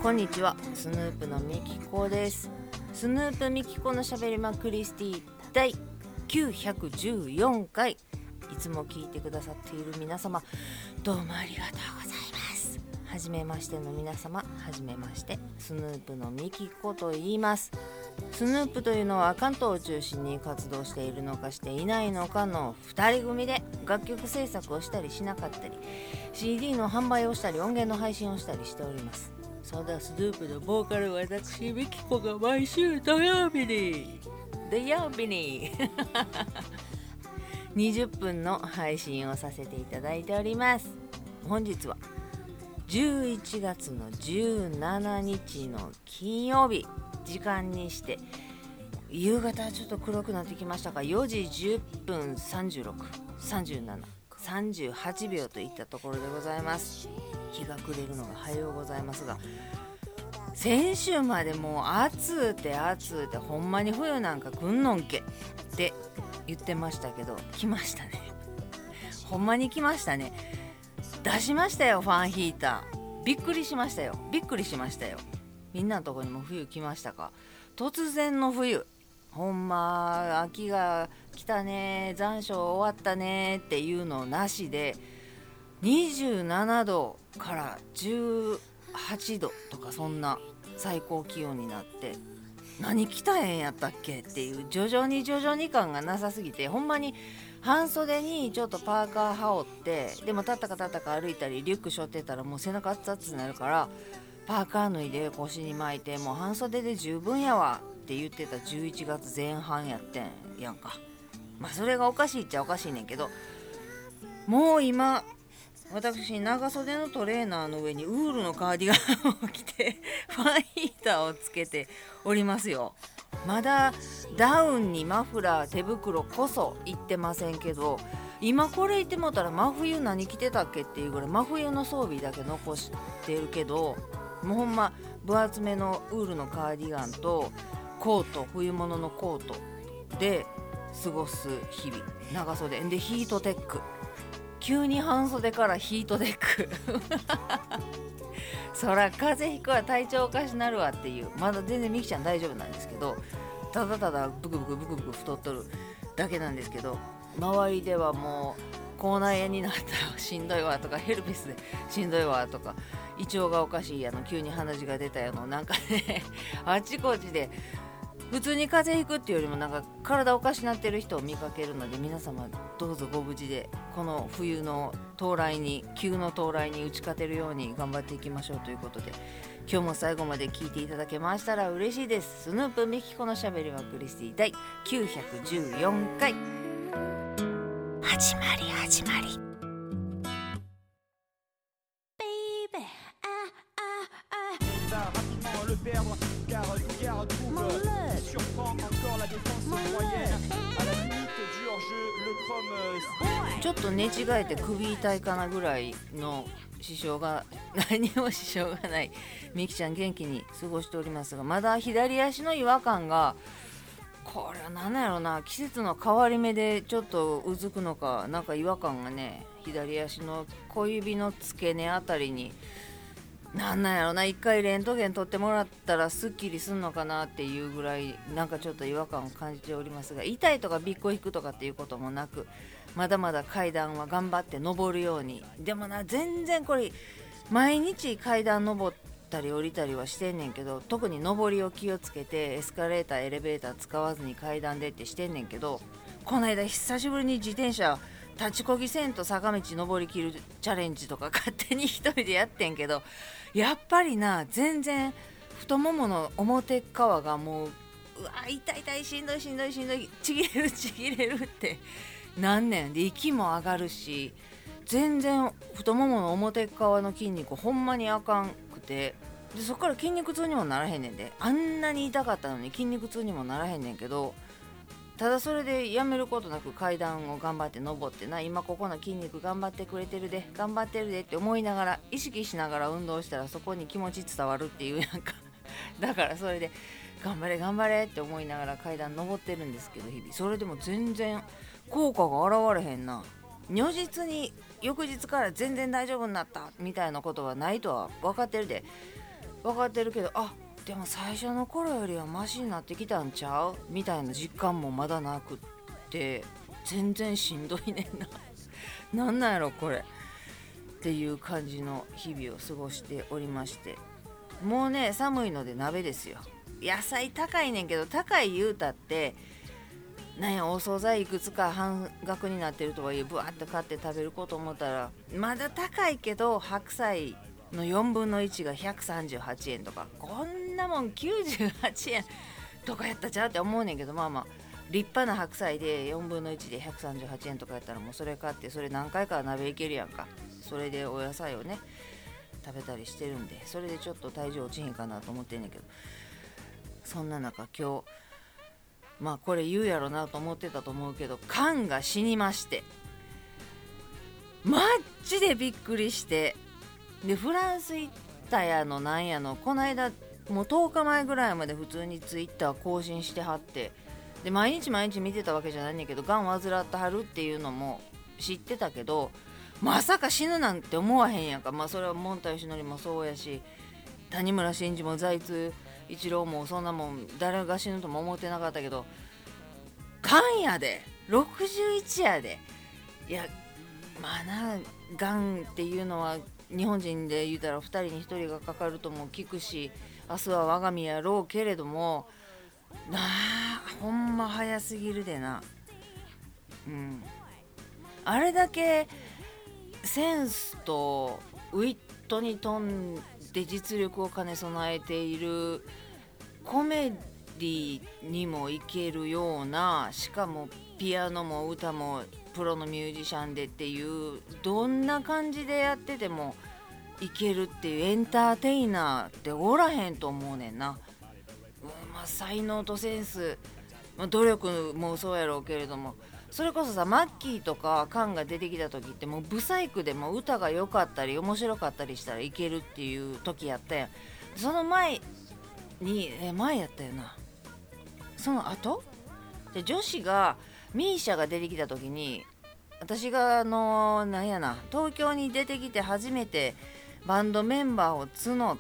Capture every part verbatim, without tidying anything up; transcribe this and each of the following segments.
こんにちは、スヌープのみきこです。スヌープみきこのしゃべりまクリスティだいきゅうひゃくじゅうよんかい、いつも聞いてくださっている皆様、どうもありがとうございます。はじめましての皆様、はじめまして。スヌープのみきこと言います。スヌープというのは関東を中心に活動しているのかしていないのかのふたり組で、楽曲制作をしたりしなかったり、 シーディー の販売をしたり、音源の配信をしたりしております。そんなスヌープのボーカル私みきこが毎週土曜日に土曜日ににじゅっぷんの配信をさせていただいております。本日はじゅういちがつのじゅうしちにちの金曜日、時間にして夕方ちょっと黒くなってきましたが、よじじゅっぷんさんじゅうろく、さんじゅうなな、さんじゅうはちびょうといったところでございます。日が暮れるのが早うございますが、先週までもう暑うて暑うてほんまに冬なんか来んのんけって言ってましたけど、来ましたね。ほんまに来ましたね。出しましたよ、ファンヒーター。びっくりしましたよ、びっくりしましたよ。みんなのとこにも冬来ましたか？突然の冬、ほんま秋が来たね、残暑終わったねっていうのなしで、にじゅうななどからじゅうはちどとか、そんな最高気温になって、何着たへんやったっけっていう徐々に徐々に感がなさすぎて、ほんまに半袖にちょっとパーカー羽織って、でも立ったか立ったか歩いたりリュック背負ってたらもう背中熱々になるから、パーカー脱いで腰に巻いて、もう半袖で十分やわって言ってたじゅういちがつぜん半やってんやんか。まあそれがおかしいっちゃおかしいねんけど、もう今私長袖のトレーナーの上にウールのカーディガンを着てファンヒーターをつけておりますよ。まだダウンにマフラー手袋こそ行ってませんけど、今これ言ってもたら真冬何着てたっけっていうぐらい真冬の装備だけ残してるけど、もうほんま分厚めのウールのカーディガンとコート、冬物のコートで過ごす日々。長袖でヒートテック、急に半袖からヒートテックそら風邪ひくわ、体調おかしなるわっていう。まだ全然みきちゃん大丈夫なんですけど、ただただブクブクブクブク太っとるだけなんですけど、周りではもう口内炎になったらしんどいわとか、ヘルペスでしんどいわとか、胃腸がおかしいやの、急に鼻血が出たやの、なんかねあちこちで普通に風邪ひくっていうよりもなんか体おかしなってる人を見かけるので、皆様どうぞご無事でこの冬の到来に、急の到来に打ち勝てるように頑張っていきましょうということで、今日も最後まで聞いていただけましたら嬉しいです。スヌープみきこのしゃべりはクリスティだいきゅうひゃくじゅうよんかい、始まり始まり。ちょっと寝違えて首痛いかなぐらいの支障が、何も支障がないみきちゃん元気に過ごしておりますが、まだ左足の違和感が、これは何なんやろな、季節の変わり目でちょっとうずくのか、なんか違和感がね、左足の小指の付け根あたりに、なんなんやろな、一回レントゲン取ってもらったらすっきりすんのかなっていうぐらい、なんかちょっと違和感を感じておりますが、痛いとかびっこ引くとかっていうこともなく、まだまだ階段は頑張って登るように。でもな、全然これ毎日階段登ったり降りたりはしてんねんけど、特に上りを気をつけてエスカレーターエレベーター使わずに階段でってしてんねんけど、この間久しぶりに自転車立ちこぎせんと坂道登りきるチャレンジとか勝手に一人でやってんけど、やっぱりな、全然太ももの表側がもう、うわ痛い痛い、しんどいしんどいしんどい、ちぎれるちぎれるってなんねんで、息も上がるし、全然太ももの表側の筋肉ほんまにあかんくて、でそっから筋肉痛にもならへんねんで。あんなに痛かったのに筋肉痛にもならへんねんけど、ただそれでやめることなく階段を頑張って登ってな、今ここの筋肉頑張ってくれてるで、頑張ってるでって思いながら、意識しながら運動したらそこに気持ち伝わるっていう、なんかだからそれで頑張れ頑張れって思いながら階段登ってるんですけど、日々それでも全然効果が現れへんな。如実に翌日から全然大丈夫になったみたいなことはないとは分かってるで。 分かってるけど、あでも最初の頃よりはマシになってきたんちゃうみたいな実感もまだなくって、全然しんどいねんななんなんやろこれっていう感じの日々を過ごしておりまして、もうね寒いので鍋ですよ。野菜高いねんけど、高い言うたってなんやお惣菜いくつか半額になってるとはいえ、ブワーって買って食べること思ったらまだ高いけど、白菜のよんぶんのいちがひゃくさんじゅうはちえんとか、こんなもんきゅうじゅうはちえんとかやったちゃうって思うねんけど、まあまあ立派な白菜でよんぶんのいちでひゃくさんじゅうはちえんとかやったら、もうそれ買ってそれ何回か鍋いけるやんか。それでお野菜をね食べたりしてるんで、それでちょっと体重落ちへんかなと思ってんねんけど、そんな中今日まあこれ言うやろなと思ってたと思うけど、缶が死にまして、マジでびっくりして、でフランス行ったやのなんやの、この間もうとおかまえぐらいまで普通にツイッター更新してはって、で毎日毎日見てたわけじゃないんだけど、がん患ってはるっていうのも知ってたけど、まさか死ぬなんて思わへんやんか。まあそれはもんたよしのりもそうやし、谷村新司も財津一郎もそんなもん誰が死ぬとも思ってなかったけど、がんやでろくじゅういちやで。いやまあな、がんっていうのは日本人で言うたらふたりにひとりがかかるとも聞くし、明日は我が身やろうけれどもなあ、ほんま早すぎるでな。うんあれだけセンスとウィットに富んで実力を兼ね備えている、コメディにもいけるような、しかもピアノも歌もプロのミュージシャンでっていう、どんな感じでやっててもいけるっていうエンターテイナーっておらへんと思うねんな。うんまあ、才能とセンス、まあ、努力もそうやろうけれども、それこそさマッキーとかカンが出てきた時ってもうブサイクでも歌が良かったり面白かったりしたらいけるっていう時やったやん。その前にえ前やったよな。その後で女子がミーシャが出てきた時に、私があのなんやな東京に出てきて初めてバンドメンバーを募って、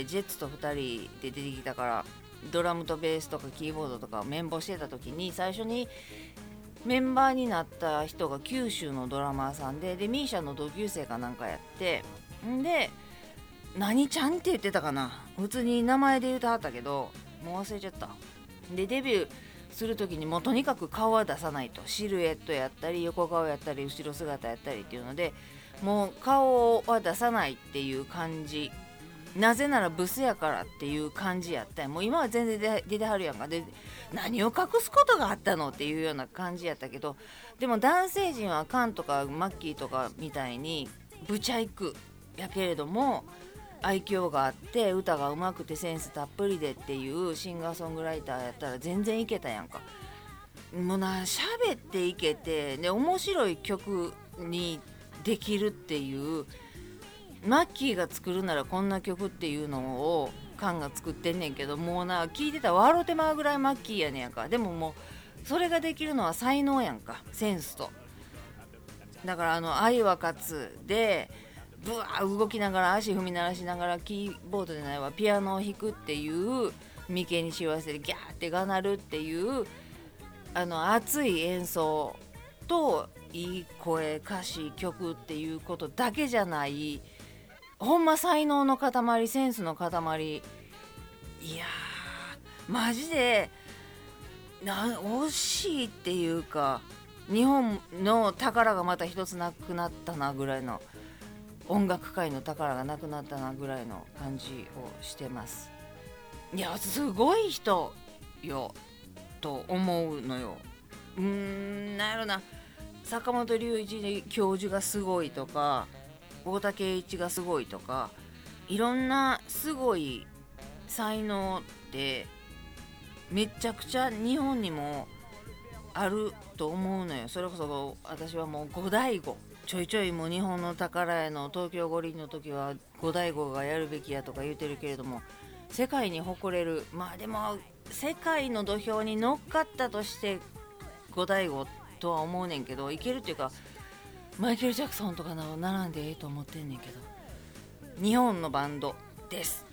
ジェッツとふたりで出てきたから、ドラムとベースとかキーボードとかを綿棒してた時に、最初にメンバーになった人が九州のドラマーさんで、でミーシャの同級生かなんかやって、んで何ちゃんって言ってたかな、普通に名前で言うてはったけどもう忘れちゃった。でデビューする時にもうとにかく顔は出さないと、シルエットやったり横顔やったり後ろ姿やったりっていうので、もう顔は出さないっていう感じ、なぜならブスやからっていう感じやった。もう今は全然出てはるやんか。で何を隠すことがあったのっていうような感じやったけど、でも男性陣はカンとかマッキーとかみたいにブチャイクやけれども愛嬌があって歌が上手くてセンスたっぷりでっていうシンガーソングライターやったら全然いけたやんか。もうな喋っていけて、で面白い曲にできるっていう、マッキーが作るならこんな曲っていうのをカンが作ってんねんけど、もうな聞いてたら笑うてまうぐらいマッキーやねんか。でももうそれができるのは才能やんか、センスと。だからあの愛は勝つでブワー動きながら足踏み鳴らしながらキーボードでないわピアノを弾くっていう、眉間にしわせてギャーってがなるっていうあの熱い演奏といい声歌詞曲っていうことだけじゃない、ほんま才能の塊、センスの塊。いやーマジでな惜しいっていうか、日本の宝がまた一つなくなったなぐらいの、音楽界の宝がなくなったなぐらいの感じをしてます。いやすごい人よと思うのよ。うーんなんやろな、坂本龍一教授がすごいとか大竹栄一がすごいとか、いろんなすごい才能ってめちゃくちゃ日本にもあると思うのよ。それこそ私はもう五醍醐ちょいちょいもう日本の宝への東京五輪の時は五醍醐がやるべきやとか言ってるけれども、世界に誇れる、まあでも世界の土俵に乗っかったとして五醍醐とは思うねんけど、いけるっていうかマイケル・ジャクソンとかな並んでええと思ってんねんけど、日本のバンドです。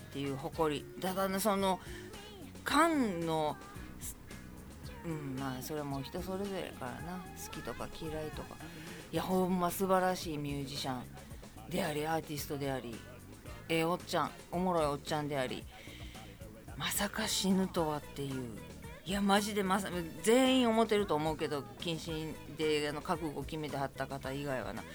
っていう誇り。だからね、そのカンのうんまあそれはもう人それぞれやからな、好きとか嫌いとか。いやほんま素晴らしいミュージシャンでありアーティストであり、ええおっちゃん、おもろいおっちゃんであり、まさか死ぬとはっていう。いやマジでまさ全員思ってると思うけど、謹慎であの覚悟決めてはった方以外はな。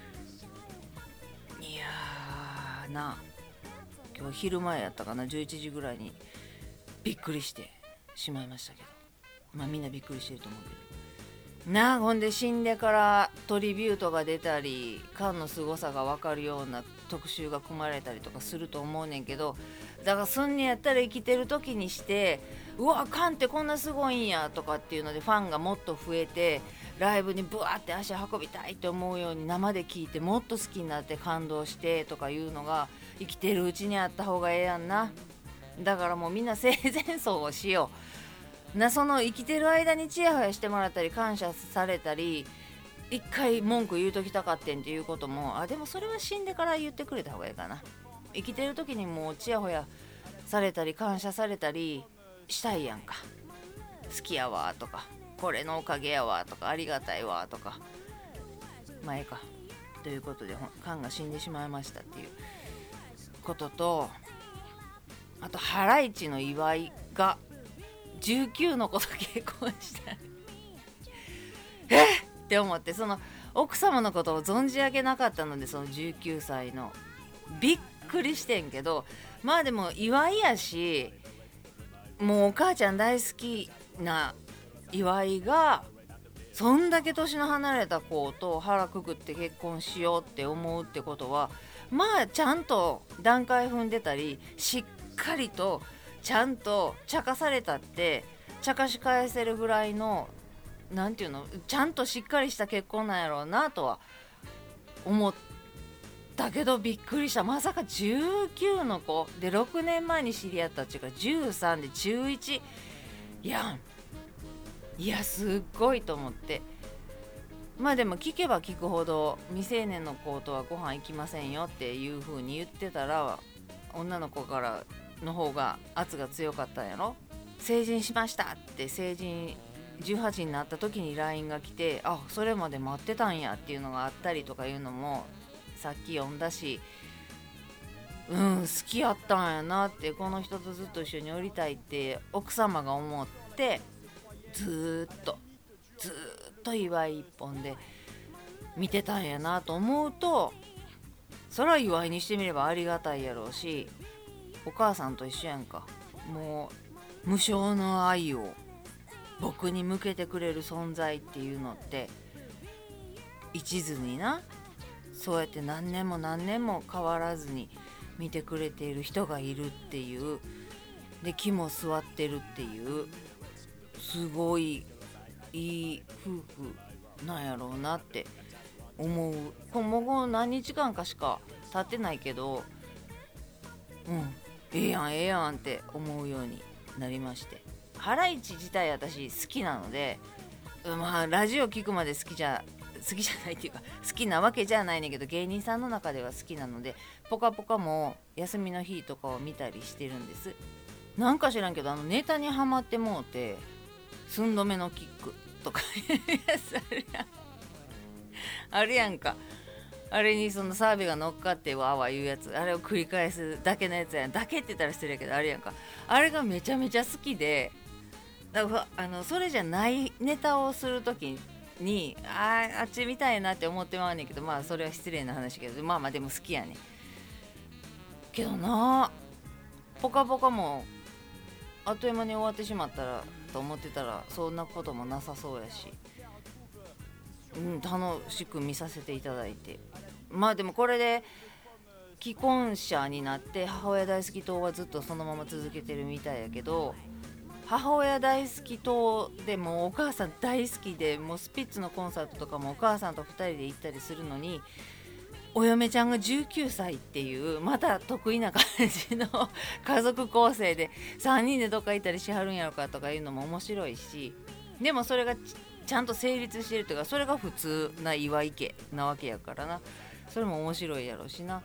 いやーな、今日昼前やったかな、じゅういちじぐらいにびっくりしてしまいましたけど、まあみんなびっくりしてると思うけどなあ。ほんで死んでからトリビュートが出たり、カンの凄さが分かるような特集が組まれたりとかすると思うねんけど、だからすんねやったら生きてる時にして、うわカンってこんなすごいんやとかっていうのでファンがもっと増えて、ライブにブワーって足運びたいと思うように生で聴いてもっと好きになって感動してとかいうのが生きてるうちにあった方がええやんな。だからもうみんな生前葬をしような。その生きてる間にチヤホヤしてもらったり感謝されたり、一回文句言うときたかってんっていうことも、あでもそれは死んでから言ってくれた方がいいかな。生きてる時にもうチヤホヤされたり感謝されたりしたいやんか。好きやわとか、これのおかげやわとか、ありがたいわとか、まあええかということでカンが死んでしまいましたっていうことと、あとハライチの岩井がじゅうきゅうの子と結婚したえっって思って、その奥様のことを存じ上げなかったので、そのじゅうきゅうさいのびっくりしてんけど、まあでも岩井やし、もうお母ちゃん大好きな岩井がそんだけ年の離れた子と腹くくって結婚しようって思うってことは、まあちゃんと段階踏んでたり、しっかりとちゃんと茶化されたって茶化し返せるぐらいの、なんていうの、ちゃんとしっかりした結婚なんやろうなとは思ったけど、びっくりした。まさかじゅうきゅうの子でろくねんまえに知り合ったっていうかじゅうさんでじゅういちやん。いやすっごいと思って。まあでも聞けば聞くほど未成年の子とはご飯行きませんよっていう風に言ってたら、女の子からの方が圧が強かったんやろ。成人しましたって成人じゅうはちになった時に ライン が来て、あそれまで待ってたんやっていうのがあったりとかいうのもさっき読んだし、うん好きやったんやなって、この人とずっと一緒におりたいって奥様が思って、ずっとずっと祝い一本で見てたんやなと思うと、それは祝いにしてみればありがたいやろうし、お母さんと一緒やんか。もう無償の愛を僕に向けてくれる存在っていうのって、一途にな、そうやって何年も何年も変わらずに見てくれている人がいるっていう、で気も座ってるっていう、すごいいい夫婦なんやろうなって思う。もう何日間かしか経ってないけど、うんええやんええやんって思うようになりまして、ハライチ自体私好きなので、まあラジオ聞くまで好きじゃ好きじゃないっていうか好きなわけじゃないねんけど、芸人さんの中では好きなので、ポカポカも休みの日とかを見たりしてるんです。なんか知らんけど、あのネタにハマってもうて、寸止めのキックとかやつあるやんあるやんか。あれにその澤部が乗っかってわーわー言うやつ、あれを繰り返すだけのやつやん。だけって言ったら失礼やけどあれやんか。あれがめちゃめちゃ好きで、だからあのそれじゃないネタをするときにああっちみたいなって思ってまうねんけど、まあそれは失礼な話けど、まあまあでも好きやねんけどな。ポカポカもあっという間に終わってしまったらと思ってたら、そんなこともなさそうやし、うん、楽しく見させていただいて、まあでもこれで既婚者になって母親大好き党はずっとそのまま続けてるみたいやけど、母親大好き党でもお母さん大好きで、もうスピッツのコンサートとかもお母さんとふたりで行ったりするのに、お嫁ちゃんがじゅうきゅうさいっていうまた得意な感じの家族構成でさんにんでどっか行ったりしはるんやろかとかいうのも面白いし、でもそれがちゃんと成立してるというか、それが普通な祝い家なわけやからな、それも面白いやろうしな。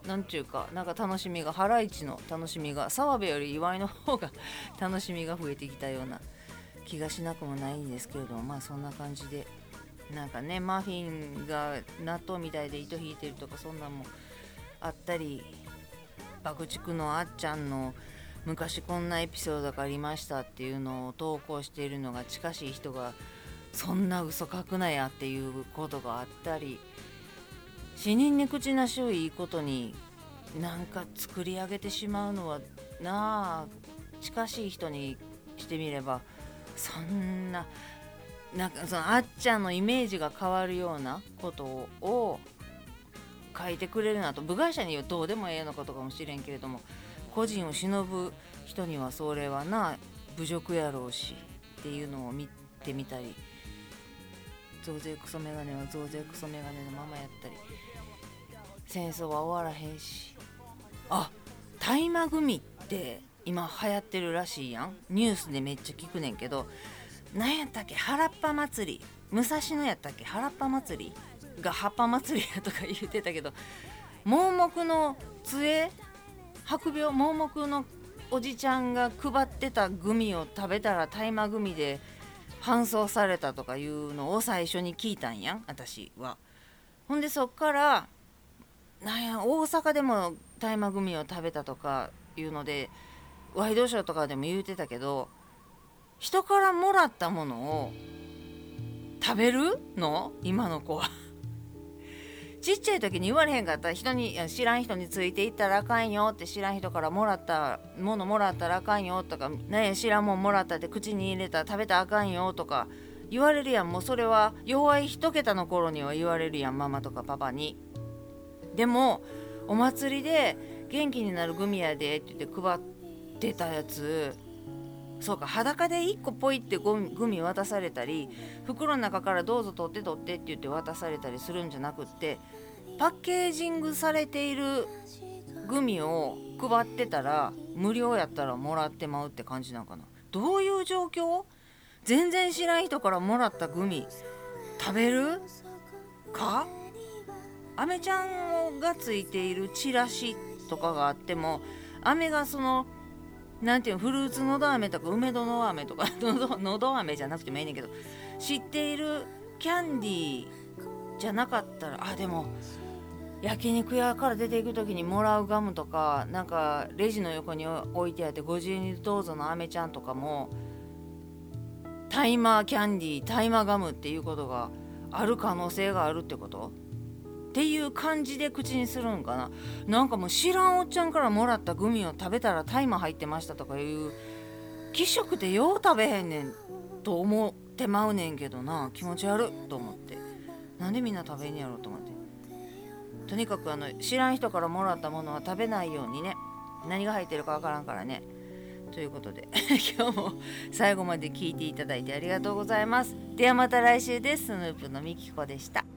なんていうかなんか楽しみがハライチの楽しみが澤部より岩井の方が楽しみが増えてきたような気がしなくもないんですけれども、まあそんな感じでなんかねマフィンが納豆みたいで糸引いてるとかそんなんもあったり、爆竹のあっちゃんの昔こんなエピソードがありましたっていうのを投稿しているのが近しい人がそんな嘘書くなやっていうことがあったり、死人に口なしをいいことになんか作り上げてしまうのはなあ、近しい人にしてみればそんななんかそのあっちゃんのイメージが変わるようなことを書いてくれるなと、部外者にはどうでもええのことかもしれんけれども、個人を忍ぶ人にはそれはな侮辱やろうしっていうのを見てみたり、増税クソメガネは増税クソメガネのままやったり、戦争は終わらへんし、あ、大麻組って今流行ってるらしいやん、ニュースでめっちゃ聞くねんけど、なんやったっけ、原っぱ祭り、武蔵野やったっけ、原っぱ祭りが葉っぱ祭りやとか言ってたけど、盲目の杖、白病盲目のおじちゃんが配ってたグミを食べたら大麻グミで搬送されたとかいうのを最初に聞いたんやん私は。ほんでそっからなんや大阪でも大麻グミを食べたとかいうのでワイドショーとかでも言うてたけど、人からもらったものを食べるの今の子はちっちゃい時に言われへんかった、人に知らん人についていったらあかんよって、知らん人からもらったものもらったらあかんよとか、ね、知らんもんもらったって口に入れたら食べたらあかんよとか言われるやん。もうそれは弱い一桁の頃には言われるやん、ママとかパパに。でもお祭りで元気になるグミやでって言って配ってたやつ、そうか、裸でいっこポイってグミ渡されたり、袋の中からどうぞ取って取ってって言って渡されたりするんじゃなくって、パッケージングされているグミを配ってたら無料やったらもらってまうって感じなんかな。どういう状況？全然知らん人からもらったグミ食べるか？アメちゃんがついているチラシとかがあっても、アメがそのなんていうの、フルーツのど飴とか梅どの飴とかのど飴じゃなくてもいいねんけど、知っているキャンディーじゃなかったら、あ、でも焼肉屋から出ていく時にもらうガムとか、なんかレジの横に置いてあってご自由にどうぞの飴ちゃんとかもタイマーキャンディー、タイマーガムっていうことがある可能性があるってことっていう感じで口にするんかな。なんかもう知らんおっちゃんからもらったグミを食べたら大麻入ってましたとかいう気色ってよう食べへんねんと思ってまうねんけどな、気持ち悪いと思って、なんでみんな食べんやろうと思って、とにかくあの知らん人からもらったものは食べないようにね、何が入ってるかわからんからね。ということで今日も最後まで聞いていただいてありがとうございます。ではまた来週です。スヌープのみきこでした。